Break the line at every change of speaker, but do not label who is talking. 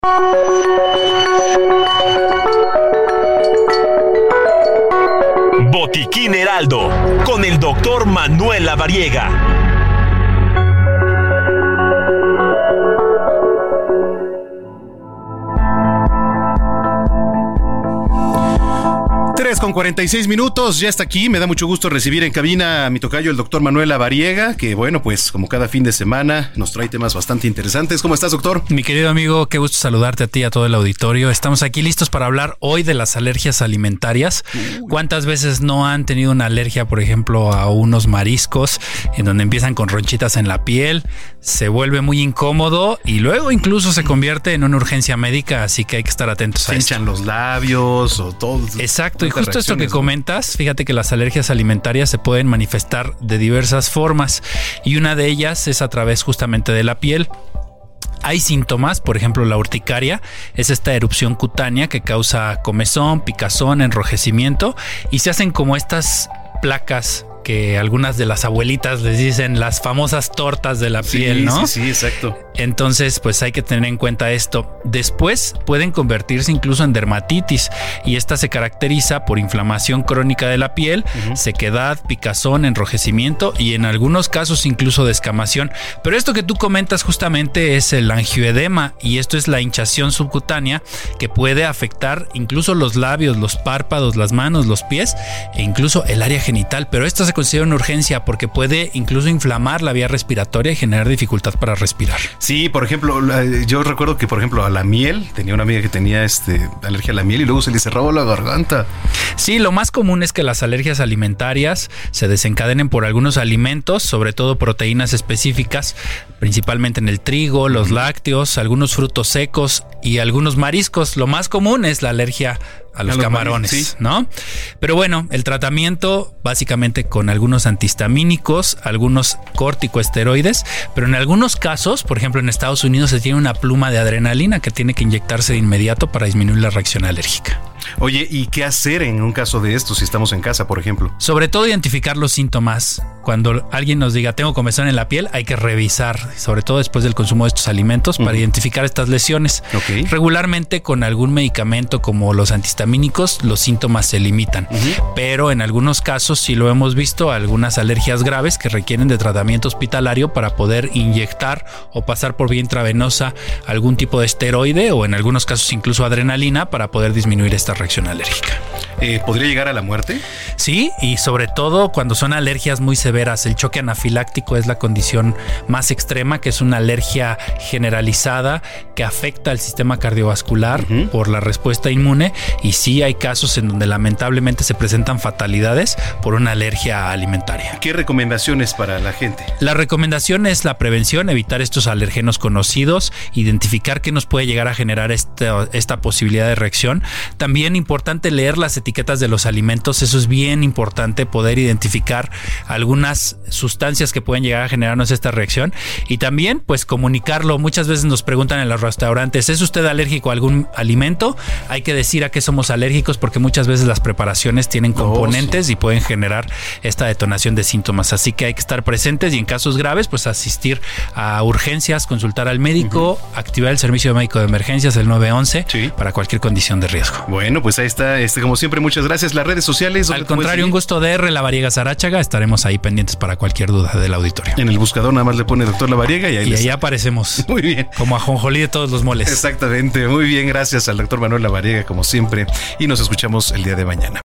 Botiquín Heraldo, con el doctor Manuel Lavariega.
3:46, ya está aquí. Me da mucho gusto recibir en cabina a mi tocayo, el doctor Manuel Lavariega, que bueno, pues como cada fin de semana nos trae temas bastante interesantes. ¿Cómo estás, doctor?
Mi querido amigo, qué gusto saludarte a ti y a todo el auditorio. Estamos aquí listos para hablar hoy de las alergias alimentarias. ¿Cuántas veces no han tenido una alergia, por ejemplo, a unos mariscos, en donde empiezan con ronchitas en la piel, se vuelve muy incómodo y luego incluso se convierte en una urgencia médica? Así que hay que estar atentos a esto.
Se hinchan los labios o todo.
Exacto, y justo esto que comentas, fíjate que las alergias alimentarias se pueden manifestar de diversas formas y una de ellas es a través justamente de la piel. Hay síntomas, por ejemplo, la urticaria es esta erupción cutánea que causa comezón, picazón, enrojecimiento y se hacen como estas placas que algunas de las abuelitas les dicen las famosas tortas de la piel, ¿no?
Sí, exacto.
Entonces, pues hay que tener en cuenta esto. Después pueden convertirse incluso en dermatitis y esta se caracteriza por inflamación crónica de la piel, sequedad, picazón, enrojecimiento y en algunos casos incluso descamación. Pero esto que tú comentas justamente es el angioedema y esto es la hinchazón subcutánea que puede afectar incluso los labios, los párpados, las manos, los pies e incluso el área genital. Pero esto se considera una urgencia porque puede incluso inflamar la vía respiratoria y generar dificultad para respirar.
Sí, por ejemplo, yo recuerdo que, por ejemplo, a la miel, tenía una amiga que tenía alergia a la miel y luego se le cerraba la garganta.
Sí, lo más común es que las alergias alimentarias se desencadenen por algunos alimentos, sobre todo proteínas específicas, principalmente en el trigo, los lácteos, algunos frutos secos y algunos mariscos. Lo más común es la alergia a los camarones, sí, ¿no? Pero bueno, el tratamiento básicamente con algunos antihistamínicos, algunos corticoesteroides, pero en algunos casos, por ejemplo en Estados Unidos, se tiene una pluma de adrenalina que tiene que inyectarse de inmediato para disminuir la reacción alérgica.
Oye, ¿y qué hacer en un caso de esto si estamos en casa, por ejemplo?
Sobre todo identificar los síntomas. Cuando alguien nos diga tengo comezón en la piel, hay que revisar, sobre todo después del consumo de estos alimentos, para identificar estas lesiones. Okay. Regularmente con algún medicamento como los antihistamínicos, los síntomas se limitan, pero en algunos casos sí lo hemos visto, algunas alergias graves que requieren de tratamiento hospitalario para poder inyectar o pasar por vía intravenosa algún tipo de esteroide o en algunos casos incluso adrenalina para poder disminuir esta reacción alérgica.
¿Podría llegar a la muerte?
Sí, y sobre todo cuando son alergias muy severas. El choque anafiláctico es la condición más extrema, que es una alergia generalizada que afecta al sistema cardiovascular por la respuesta inmune, y sí hay casos en donde lamentablemente se presentan fatalidades por una alergia alimentaria.
¿Qué recomendaciones para la gente?
La recomendación es la prevención, evitar estos alergenos conocidos, identificar qué nos puede llegar a generar esta posibilidad de reacción. También importante leer las etiquetas de los alimentos, eso es bien importante, poder identificar algunas sustancias que pueden llegar a generarnos esta reacción y también pues comunicarlo. Muchas veces nos preguntan en los restaurantes, ¿es usted alérgico a algún alimento? Hay que decir a qué somos alérgicos porque muchas veces las preparaciones tienen componentes y pueden generar esta detonación de síntomas, así que hay que estar presentes y en casos graves pues asistir a urgencias, consultar al médico, activar el servicio médico de emergencias, el 911, para cualquier condición de riesgo.
Bueno, pues ahí está, como siempre, muchas gracias. Las redes sociales.
Al contrario, un gusto, DR Lavariega Saráchaga. Estaremos ahí pendientes para cualquier duda del auditorio.
En el buscador nada más le pone doctor Lavariega y
ahí aparecemos.
Muy bien.
Como ajonjolí de todos los moles.
Exactamente. Muy bien, gracias al doctor Manuel Lavariega, como siempre. Y nos escuchamos el día de mañana.